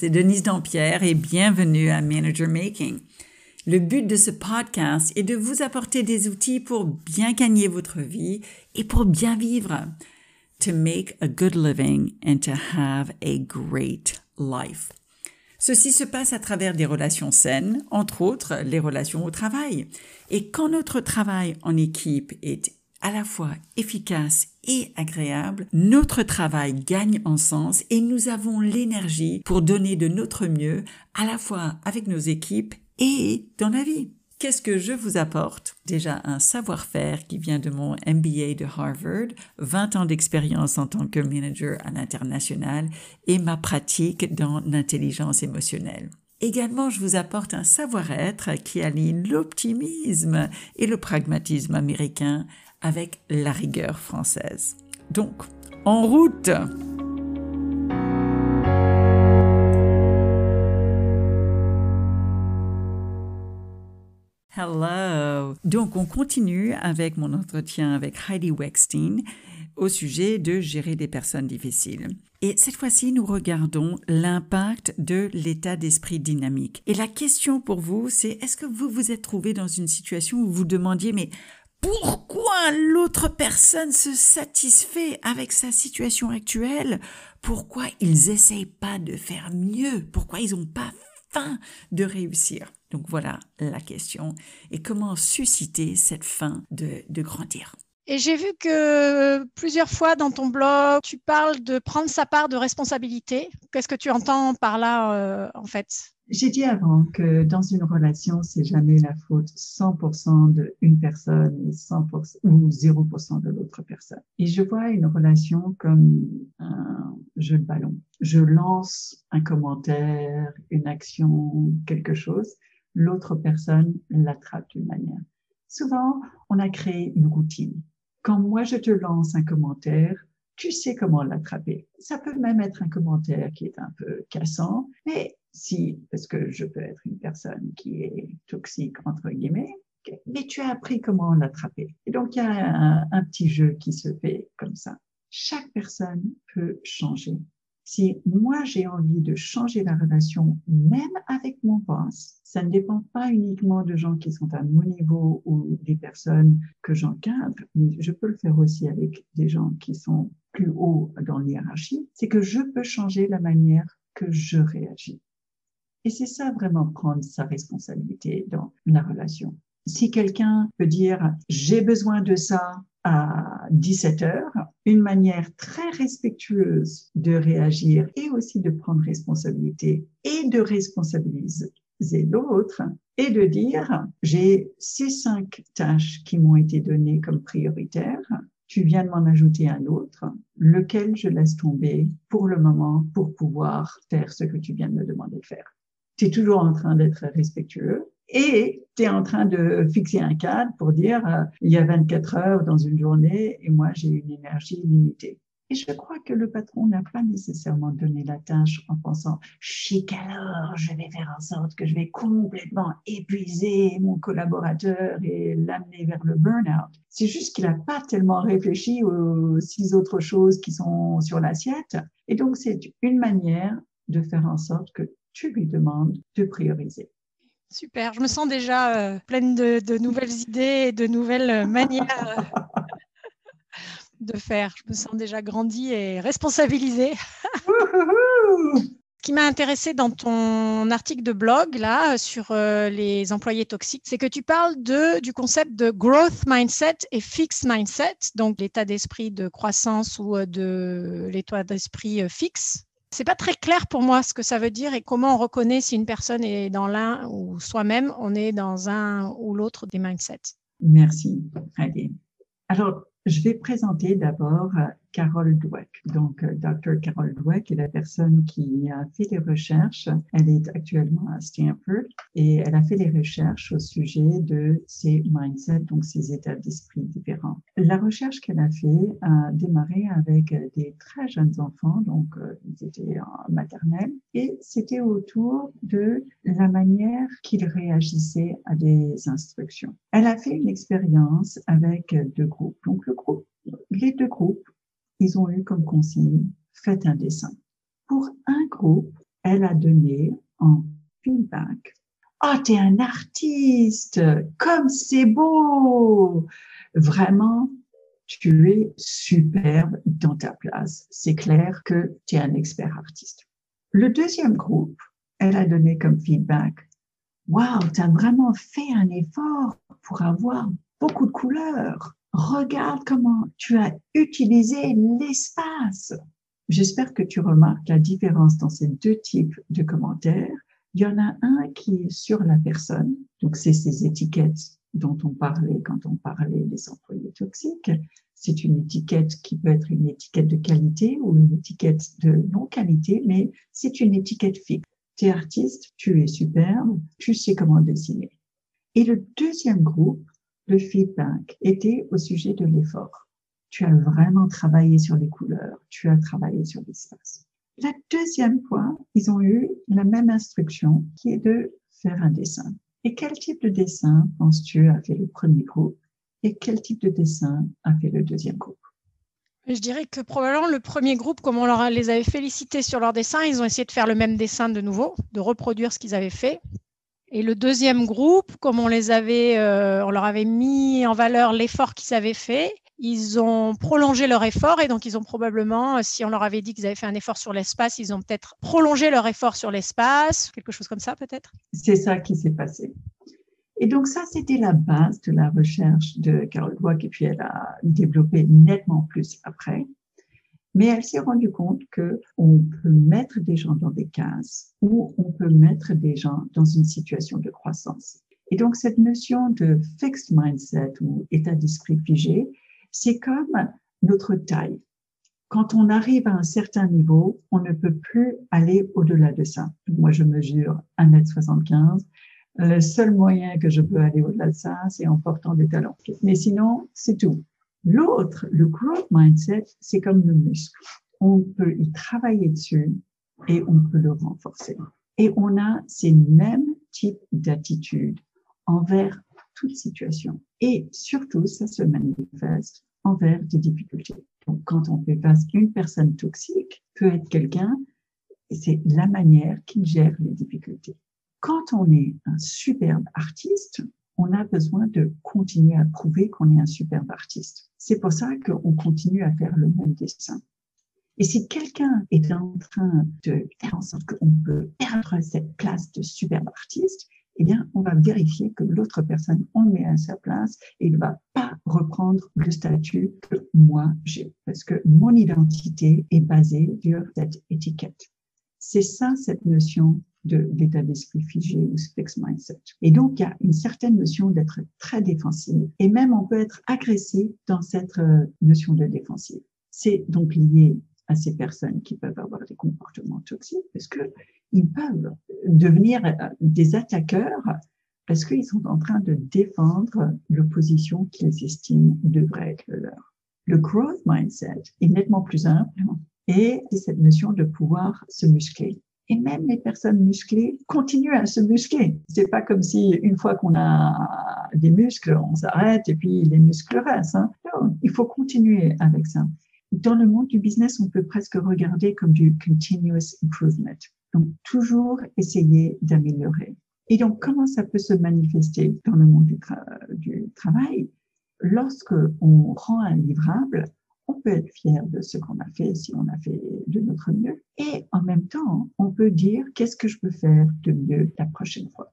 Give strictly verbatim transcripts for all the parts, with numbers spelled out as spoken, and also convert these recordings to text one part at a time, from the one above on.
c'est Denise Dampierre et bienvenue à Manager Making. Le but de ce podcast est de vous apporter des outils pour bien gagner votre vie et pour bien vivre. To make a good living and to have a great life. Ceci se passe à travers des relations saines, entre autres les relations au travail. Et quand notre travail en équipe est à la fois efficace et agréable, notre travail gagne en sens et nous avons l'énergie pour donner de notre mieux à la fois avec nos équipes et dans la vie. Qu'est-ce que je vous apporte? Déjà un savoir-faire qui vient de mon M B A de Harvard, vingt ans d'expérience en tant que manager à l'international et ma pratique dans l'intelligence émotionnelle. Également, je vous apporte un savoir-être qui allie l'optimisme et le pragmatisme américain avec la rigueur française. Donc, en route! Hello! Donc, on continue avec mon entretien avec Heidi Weckstein au sujet de gérer des personnes difficiles. Et cette fois-ci, nous regardons l'impact de l'état d'esprit dynamique. Et la question pour vous, c'est est-ce que vous vous êtes trouvé dans une situation où vous demandiez, mais pourquoi l'autre personne se satisfait avec sa situation actuelle? Pourquoi ils n'essayent pas de faire mieux? Pourquoi ils n'ont pas faim de réussir? Donc voilà la question. Et comment susciter cette faim de, de grandir? Et j'ai vu que plusieurs fois dans ton blog, tu parles de prendre sa part de responsabilité. Qu'est-ce que tu entends par là, euh, en fait? J'ai dit avant que dans une relation, c'est jamais la faute cent pour cent d'une personne et cent pour cent ou zéro pour cent de l'autre personne. Et je vois une relation comme un jeu de ballon. Je lance un commentaire, une action, quelque chose. L'autre personne l'attrape d'une manière. Souvent, on a créé une routine. Quand moi, je te lance un commentaire, tu sais comment l'attraper. Ça peut même être un commentaire qui est un peu cassant, mais si, parce que je peux être une personne qui est toxique, entre guillemets, mais tu as appris comment l'attraper. Et donc, il y a un, un petit jeu qui se fait comme ça. Chaque personne peut changer. Si moi, j'ai envie de changer la relation, même avec mon boss, ça ne dépend pas uniquement de gens qui sont à mon niveau ou des personnes que j'encadre, mais je peux le faire aussi avec des gens qui sont plus haut dans l'hiérarchie, c'est que je peux changer la manière que je réagis. Et c'est ça vraiment prendre sa responsabilité dans la relation. Si quelqu'un peut dire « j'ai besoin de ça », à dix-sept heures, une manière très respectueuse de réagir et aussi de prendre responsabilité et de responsabiliser l'autre et de dire j'ai ces cinq tâches qui m'ont été données comme prioritaires, tu viens de m'en ajouter un autre, lequel je laisse tomber pour le moment pour pouvoir faire ce que tu viens de me demander de faire. Tu es toujours en train d'être respectueux. Et tu es en train de fixer un cadre pour dire euh, il y a vingt-quatre heures dans une journée et moi j'ai une énergie limitée. Et je crois que le patron n'a pas nécessairement donné la tâche en pensant chic alors je vais faire en sorte que je vais complètement épuiser mon collaborateur et l'amener vers le burn-out. C'est juste qu'il n'a pas tellement réfléchi aux six autres choses qui sont sur l'assiette. Et donc c'est une manière de faire en sorte que tu lui demandes de prioriser. Super, je me sens déjà euh, pleine de, de nouvelles idées et de nouvelles manières euh, de faire. Je me sens déjà grandie et responsabilisée. Ce qui m'a intéressée dans ton article de blog là sur euh, les employés toxiques, c'est que tu parles de, du concept de growth mindset et fixed mindset, donc l'état d'esprit de croissance ou de l'état d'esprit euh, fixe. C'est pas très clair pour moi ce que ça veut dire et comment on reconnaît si une personne est dans l'un ou soi-même, on est dans un ou l'autre des mindsets. Merci, Heidi. Alors, je vais présenter d'abord Carol Dweck. Donc, docteur Carol Dweck est la personne qui a fait des recherches. Elle est actuellement à Stanford et elle a fait des recherches au sujet de ces mindsets, donc ces états d'esprit différents. La recherche qu'elle a fait a démarré avec des très jeunes enfants, donc ils étaient en maternelle, et c'était autour de la manière qu'ils réagissaient à des instructions. Elle a fait une expérience avec deux groupes. Donc, le groupe, les deux groupes, ils ont eu comme consigne, faites un dessin. Pour un groupe, elle a donné en feedback. Oh, t'es un artiste, comme c'est beau! Vraiment, tu es superbe dans ta place. C'est clair que tu es un expert artiste. Le deuxième groupe, elle a donné comme feedback. Wow, tu as vraiment fait un effort pour avoir beaucoup de couleurs. Regarde comment tu as utilisé l'espace. J'espère que tu remarques la différence dans ces deux types de commentaires. Il y en a un qui est sur la personne, donc c'est ces étiquettes dont on parlait quand on parlait des employés toxiques. C'est une étiquette qui peut être une étiquette de qualité ou une étiquette de non-qualité, mais c'est une étiquette fixe. Tu es artiste, tu es superbe, tu sais comment dessiner. Et le deuxième groupe, le feedback, était au sujet de l'effort. Tu as vraiment travaillé sur les couleurs, tu as travaillé sur l'espace. La deuxième fois, ils ont eu la même instruction qui est de faire un dessin. Et quel type de dessin, penses-tu, a fait le premier groupe et quel type de dessin a fait le deuxième groupe? Je dirais que probablement le premier groupe, comme on leur les avait félicités sur leur dessin, ils ont essayé de faire le même dessin de nouveau, de reproduire ce qu'ils avaient fait. Et le deuxième groupe, comme on les avait, euh, on leur avait mis en valeur l'effort qu'ils avaient fait, ils ont prolongé leur effort et donc ils ont probablement, si on leur avait dit qu'ils avaient fait un effort sur l'espace, ils ont peut-être prolongé leur effort sur l'espace, quelque chose comme ça peut-être. C'est ça qui s'est passé. Et donc ça, c'était la base de la recherche de Carol Dweck et puis elle a développé nettement plus après. Mais elle s'est rendue compte qu'on peut mettre des gens dans des cases ou on peut mettre des gens dans une situation de croissance. Et donc cette notion de fixed mindset ou état d'esprit figé, c'est comme notre taille. Quand on arrive à un certain niveau, on ne peut plus aller au-delà de ça. Moi, je mesure un mètre soixante-quinze. Le seul moyen que je peux aller au-delà de ça, c'est en portant des talons. Mais sinon, c'est tout. L'autre, le growth mindset, c'est comme le muscle. On peut y travailler dessus et on peut le renforcer. Et on a ces mêmes types d'attitudes envers toute situation. Et surtout, ça se manifeste envers des difficultés. Donc, quand on fait face à une personne toxique, peut être quelqu'un, c'est la manière qu'il gère les difficultés. Quand on est un superbe artiste, on a besoin de continuer à prouver qu'on est un superbe artiste. C'est pour ça qu'on continue à faire le même dessin. Et si quelqu'un est en train de faire en sorte qu'on peut perdre cette place de superbe artiste, eh bien, on va vérifier que l'autre personne, on le met à sa place et il ne va pas reprendre le statut que moi j'ai. Parce que mon identité est basée sur cette étiquette. C'est ça, cette notion de l'état d'esprit figé ou fixed mindset. Et donc, il y a une certaine notion d'être très défensive. Et même, on peut être agressif dans cette notion de défensive. C'est donc lié à ces personnes qui peuvent avoir des comportements toxiques parce que ils peuvent devenir des attaqueurs parce qu'ils sont en train de défendre l'opposition qu'ils estiment devrait être le leur. Le growth mindset est nettement plus simple et c'est cette notion de pouvoir se muscler. Et même les personnes musclées continuent à se muscler. C'est pas comme si une fois qu'on a des muscles, on s'arrête et puis les muscles restent. Hein. Non, il faut continuer avec ça. Dans le monde du business, on peut presque regarder comme du continuous improvement. Donc, toujours essayer d'améliorer. Et donc, comment ça peut se manifester dans le monde du, tra- du travail? Lorsque on rend un livrable, on peut être fier de ce qu'on a fait si on a fait de notre mieux. Et en même temps, on peut dire qu'est-ce que je peux faire de mieux la prochaine fois.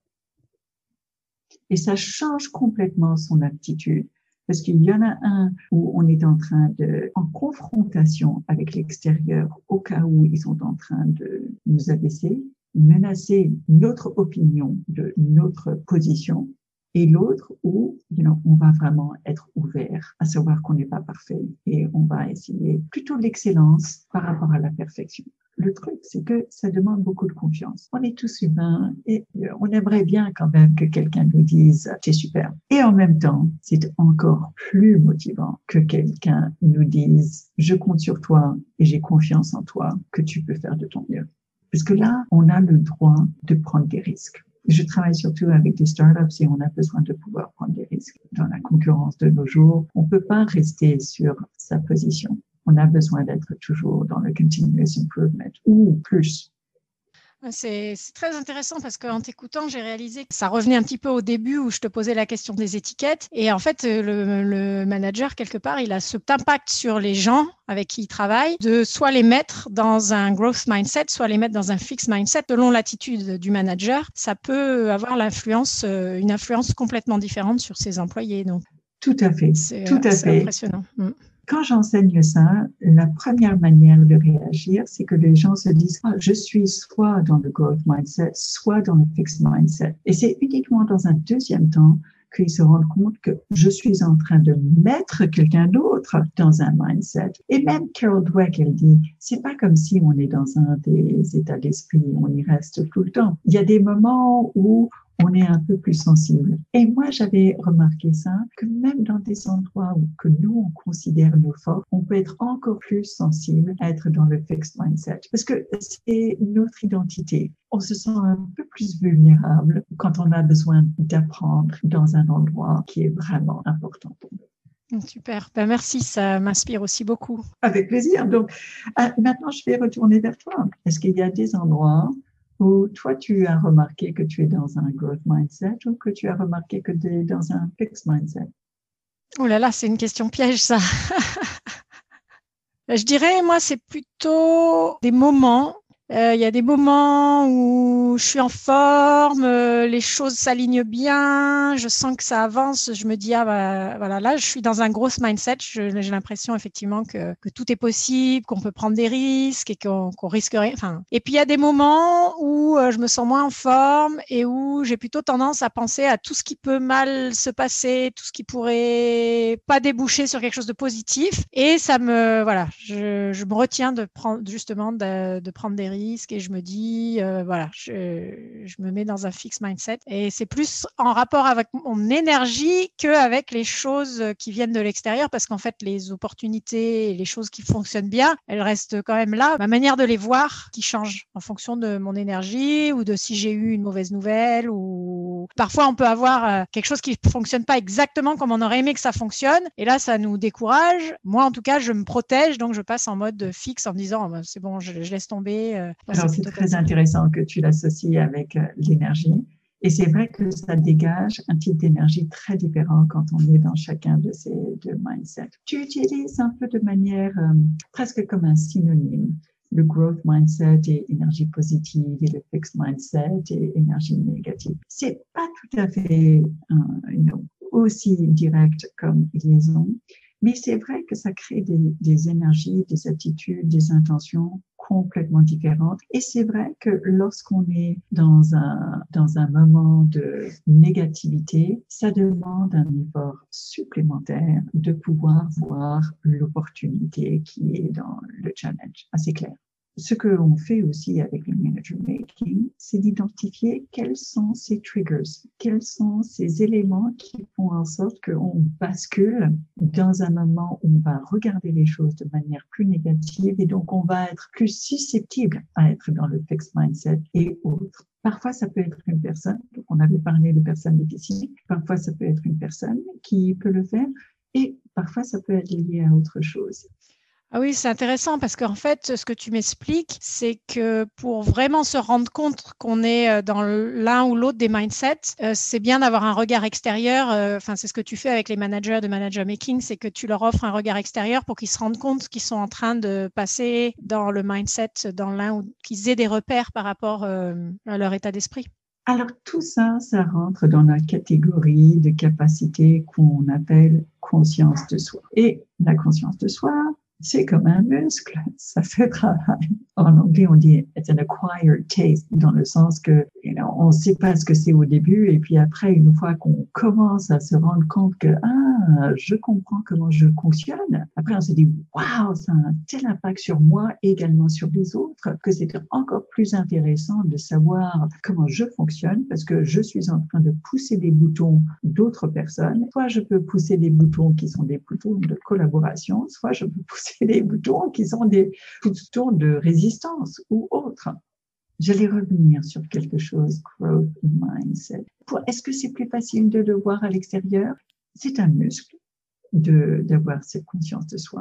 Et ça change complètement son attitude. Parce qu'il y en a un où on est en train de, en confrontation avec l'extérieur, au cas où ils sont en train de nous abaisser, menacer notre opinion de notre position, et l'autre où, you know, on va vraiment être ouvert à savoir qu'on n'est pas parfait et on va essayer plutôt l'excellence par rapport à la perfection. Le truc, c'est que ça demande beaucoup de confiance. On est tous humains et on aimerait bien quand même que quelqu'un nous dise « t'es super ». Et en même temps, c'est encore plus motivant que quelqu'un nous dise « je compte sur toi et j'ai confiance en toi que tu peux faire de ton mieux ». Parce que là, on a le droit de prendre des risques. Je travaille surtout avec des startups et on a besoin de pouvoir prendre des risques. Dans la concurrence de nos jours, on ne peut pas rester sur sa position. On a besoin d'être toujours dans le continuous improvement ou plus. C'est, c'est très intéressant parce qu'en t'écoutant, j'ai réalisé que ça revenait un petit peu au début où je te posais la question des étiquettes. Et en fait, le, le manager, quelque part, il a cet impact sur les gens avec qui il travaille de soit les mettre dans un growth mindset, soit les mettre dans un fixed mindset. Selon l'attitude du manager, ça peut avoir l'influence, une influence complètement différente sur ses employés. Donc, tout à fait, c'est, tout à c'est fait. impressionnant. Mm. Quand j'enseigne ça, la première manière de réagir, c'est que les gens se disent ah, « je suis soit dans le growth mindset, soit dans le fixed mindset ». Et c'est uniquement dans un deuxième temps qu'ils se rendent compte que je suis en train de mettre quelqu'un d'autre dans un mindset. Et même Carol Dweck, elle dit, c'est pas comme si on est dans un des états d'esprit, on y reste tout le temps. Il y a des moments où on est un peu plus sensible. Et moi, j'avais remarqué ça, que même dans des endroits où que nous, on considère nos forces, on peut être encore plus sensible à être dans le fixed mindset. Parce que c'est notre identité. On se sent un peu plus vulnérable quand on a besoin d'apprendre dans un endroit qui est vraiment important pour nous. Super, ben merci, ça m'inspire aussi beaucoup. Avec plaisir. Donc, euh, maintenant, je vais retourner vers toi. Est-ce qu'il y a des endroits où toi, tu as remarqué que tu es dans un growth mindset ou que tu as remarqué que tu es dans un fixed mindset? Oh là là, c'est une question piège, ça. Je dirais, moi, c'est plutôt des moments. Il euh, y a des moments où je suis en forme, euh, les choses s'alignent bien, je sens que ça avance, je me dis, ah bah, voilà, là, je suis dans un gros mindset, je, j'ai l'impression effectivement que, que tout est possible, qu'on peut prendre des risques et qu'on, qu'on risque rien. Enfin, et puis, il y a des moments où euh, je me sens moins en forme et où j'ai plutôt tendance à penser à tout ce qui peut mal se passer, tout ce qui pourrait pas déboucher sur quelque chose de positif. Et ça me, voilà, je, je me retiens de prendre, justement, de, de prendre des risques. Et je me dis, euh, voilà, je, je me mets dans un fixed mindset. Et c'est plus en rapport avec mon énergie qu'avec les choses qui viennent de l'extérieur, parce qu'en fait, les opportunités et les choses qui fonctionnent bien, elles restent quand même là. Ma manière de les voir qui change en fonction de mon énergie ou de si j'ai eu une mauvaise nouvelle. Ou parfois, on peut avoir quelque chose qui ne fonctionne pas exactement comme on aurait aimé que ça fonctionne. Et là, ça nous décourage. Moi, en tout cas, je me protège, donc je passe en mode fixe en me disant, oh, ben, c'est bon, je, je laisse tomber. Moi, Alors, c'est, c'est très intéressant que tu l'associes avec euh, l'énergie. Et c'est vrai que ça dégage un type d'énergie très différent quand on est dans chacun de ces deux mindsets. Tu utilises un peu de manière euh, presque comme un synonyme. Le growth mindset et énergie positive et le fixed mindset et énergie négative. C'est pas tout à fait euh, you know, aussi direct comme liaison, mais c'est vrai que ça crée des, des énergies, des attitudes, des intentions complètement différentes. Et c'est vrai que lorsqu'on est dans un, dans un moment de négativité, ça demande un effort supplémentaire de pouvoir voir l'opportunité qui est dans le challenge. Ah, c'est clair. Ce que l'on fait aussi avec le manager making, c'est d'identifier quels sont ces triggers, quels sont ces éléments qui font en sorte qu'on bascule dans un moment où on va regarder les choses de manière plus négative et donc on va être plus susceptible à être dans le fixed mindset et autres. Parfois, ça peut être une personne, donc on avait parlé de personnes difficiles, parfois ça peut être une personne qui peut le faire et parfois ça peut être lié à autre chose. Ah oui, c'est intéressant parce qu'en fait, ce que tu m'expliques, c'est que pour vraiment se rendre compte qu'on est dans l'un ou l'autre des mindsets, euh, c'est bien d'avoir un regard extérieur. Enfin, euh, c'est ce que tu fais avec les managers de manager making, c'est que tu leur offres un regard extérieur pour qu'ils se rendent compte qu'ils sont en train de passer dans le mindset, dans l'un ou qu'ils aient des repères par rapport euh, à leur état d'esprit. Alors tout ça, ça rentre dans la catégorie de capacité qu'on appelle conscience de soi. Et la conscience de soi, c'est comme un muscle, ça fait travail. En anglais, on dit it's an acquired taste, dans le sens que you know, on ne sait pas ce que c'est au début, et puis après, une fois qu'on commence à se rendre compte que ah, je comprends comment je fonctionne, après on se dit waouh, ça a un tel impact sur moi et également sur les autres, que c'est encore plus intéressant de savoir comment je fonctionne, parce que je suis en train de pousser des boutons d'autres personnes. Soit je peux pousser des boutons qui sont des boutons de collaboration, soit je peux pousser des boutons qui sont des boutons de résistance ou autres. J'allais revenir sur quelque chose, growth mindset. Est-ce que c'est plus facile de le voir à l'extérieur? C'est un muscle de, d'avoir cette conscience de soi.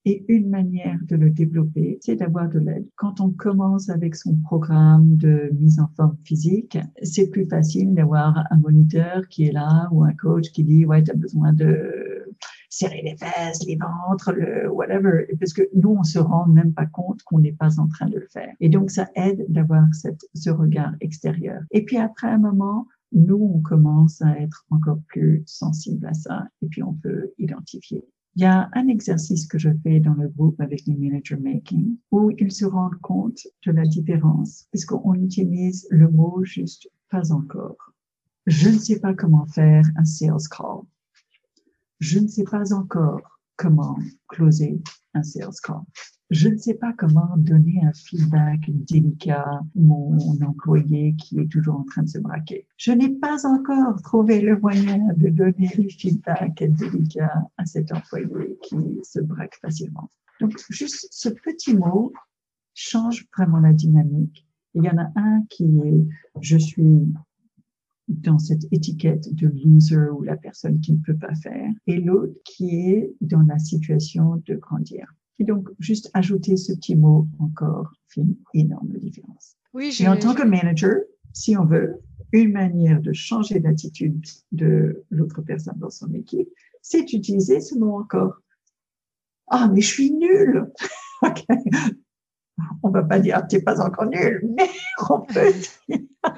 Et une manière de le développer, c'est d'avoir de l'aide. Quand on commence avec son programme de mise en forme physique, c'est plus facile d'avoir un moniteur qui est là ou un coach qui dit « ouais, tu as besoin de serrer les fesses, les ventres, le whatever ». Parce que nous, on se rend même pas compte qu'on n'est pas en train de le faire. Et donc, ça aide d'avoir cette, ce regard extérieur. Et puis après un moment, nous, on commence à être encore plus sensible à ça et puis on peut identifier. Il y a un exercice que je fais dans le groupe avec les Manager Making où ils se rendent compte de la différence puisqu'on utilise le mot juste « pas encore ». Je ne sais pas comment faire un sales call. Je ne sais pas encore comment closer un sales call. Je ne sais pas comment donner un feedback délicat à mon employé qui est toujours en train de se braquer. Je n'ai pas encore trouvé le moyen de donner le feedback délicat à cet employé qui se braque facilement. Donc, juste ce petit mot change vraiment la dynamique. Il y en a un qui est « je suis » dans cette étiquette de loser ou la personne qui ne peut pas faire, et l'autre qui est dans la situation de grandir. Et donc, juste ajouter ce petit mot encore fait une énorme différence. Oui, et en tant que manager, si on veut, une manière de changer l'attitude de l'autre personne dans son équipe, c'est d'utiliser ce mot encore. Ah, mais je suis nulle. Ok. On va pas dire, t'es pas encore nul, mais on peut dire,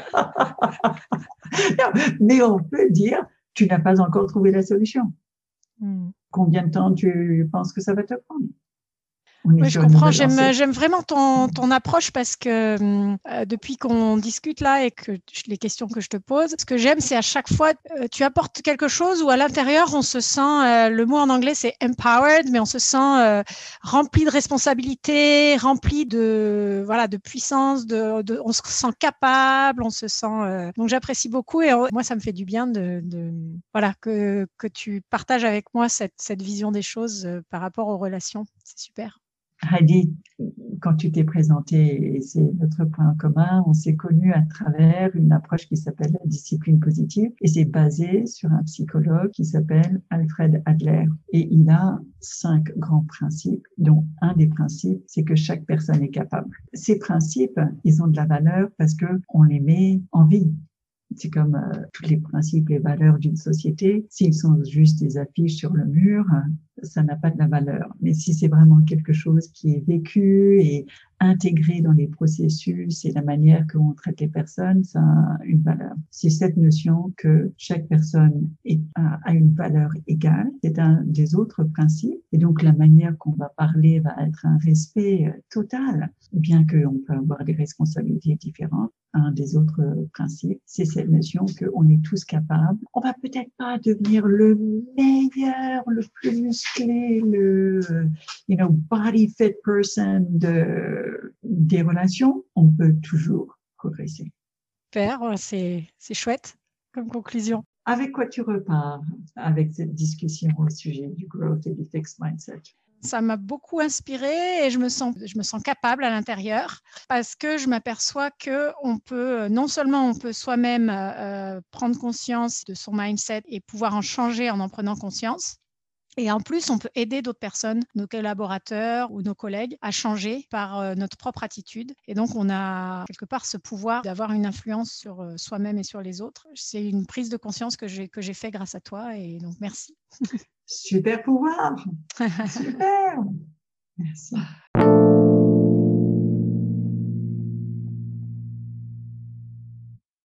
non, mais on peut dire, tu n'as pas encore trouvé la solution. Mm. Combien de temps tu penses que ça va te prendre? Oui, je comprends. J'aime, j'aime vraiment ton, ton approche parce que euh, depuis qu'on discute là et que les questions que je te pose, ce que j'aime, c'est à chaque fois, euh, tu apportes quelque chose où à l'intérieur, on se sent, euh, le mot en anglais, c'est empowered, mais on se sent euh, rempli de responsabilités, rempli de, voilà, de puissance, de, de, on se sent capable, on se sent. Euh, donc, j'apprécie beaucoup et euh, moi, ça me fait du bien de, de voilà, que, que tu partages avec moi cette, cette vision des choses euh, par rapport aux relations. C'est super. Heidi, quand tu t'es présentée, et c'est notre point en commun, on s'est connus à travers une approche qui s'appelle la discipline positive et c'est basé sur un psychologue qui s'appelle Alfred Adler. Et il a cinq grands principes, dont un des principes, c'est que chaque personne est capable. Ces principes, ils ont de la valeur parce que on les met en vie. C'est comme euh, tous les principes et valeurs d'une société. S'ils sont juste des affiches sur le mur, ça n'a pas de la valeur. Mais si c'est vraiment quelque chose qui est vécu et intégré dans les processus et la manière que l'on traite les personnes, ça a une valeur. C'est cette notion que chaque personne est, a, a une valeur égale. C'est un des autres principes. Et donc, la manière qu'on va parler va être un respect total, bien qu'on peut avoir des responsabilités différentes. Un des autres principes, c'est cette notion qu'on est tous capables. On va peut-être pas devenir le meilleur, le plus musclé, le, you know, body fit person de, des relations. On peut toujours progresser. Super, c'est, c'est chouette comme conclusion. Avec quoi tu repars avec cette discussion au sujet du growth et du fixed mindset? Ça m'a beaucoup inspirée et je me sens, je me sens capable à l'intérieur parce que je m'aperçois que on peut, non seulement on peut soi-même euh, prendre conscience de son mindset et pouvoir en changer en en prenant conscience. Et en plus, on peut aider d'autres personnes, nos collaborateurs ou nos collègues, à changer par euh, notre propre attitude. Et donc, on a quelque part ce pouvoir d'avoir une influence sur euh, soi-même et sur les autres. C'est une prise de conscience que j'ai, que j'ai fait grâce à toi. Et donc, merci. Super pouvoir. Super. Merci.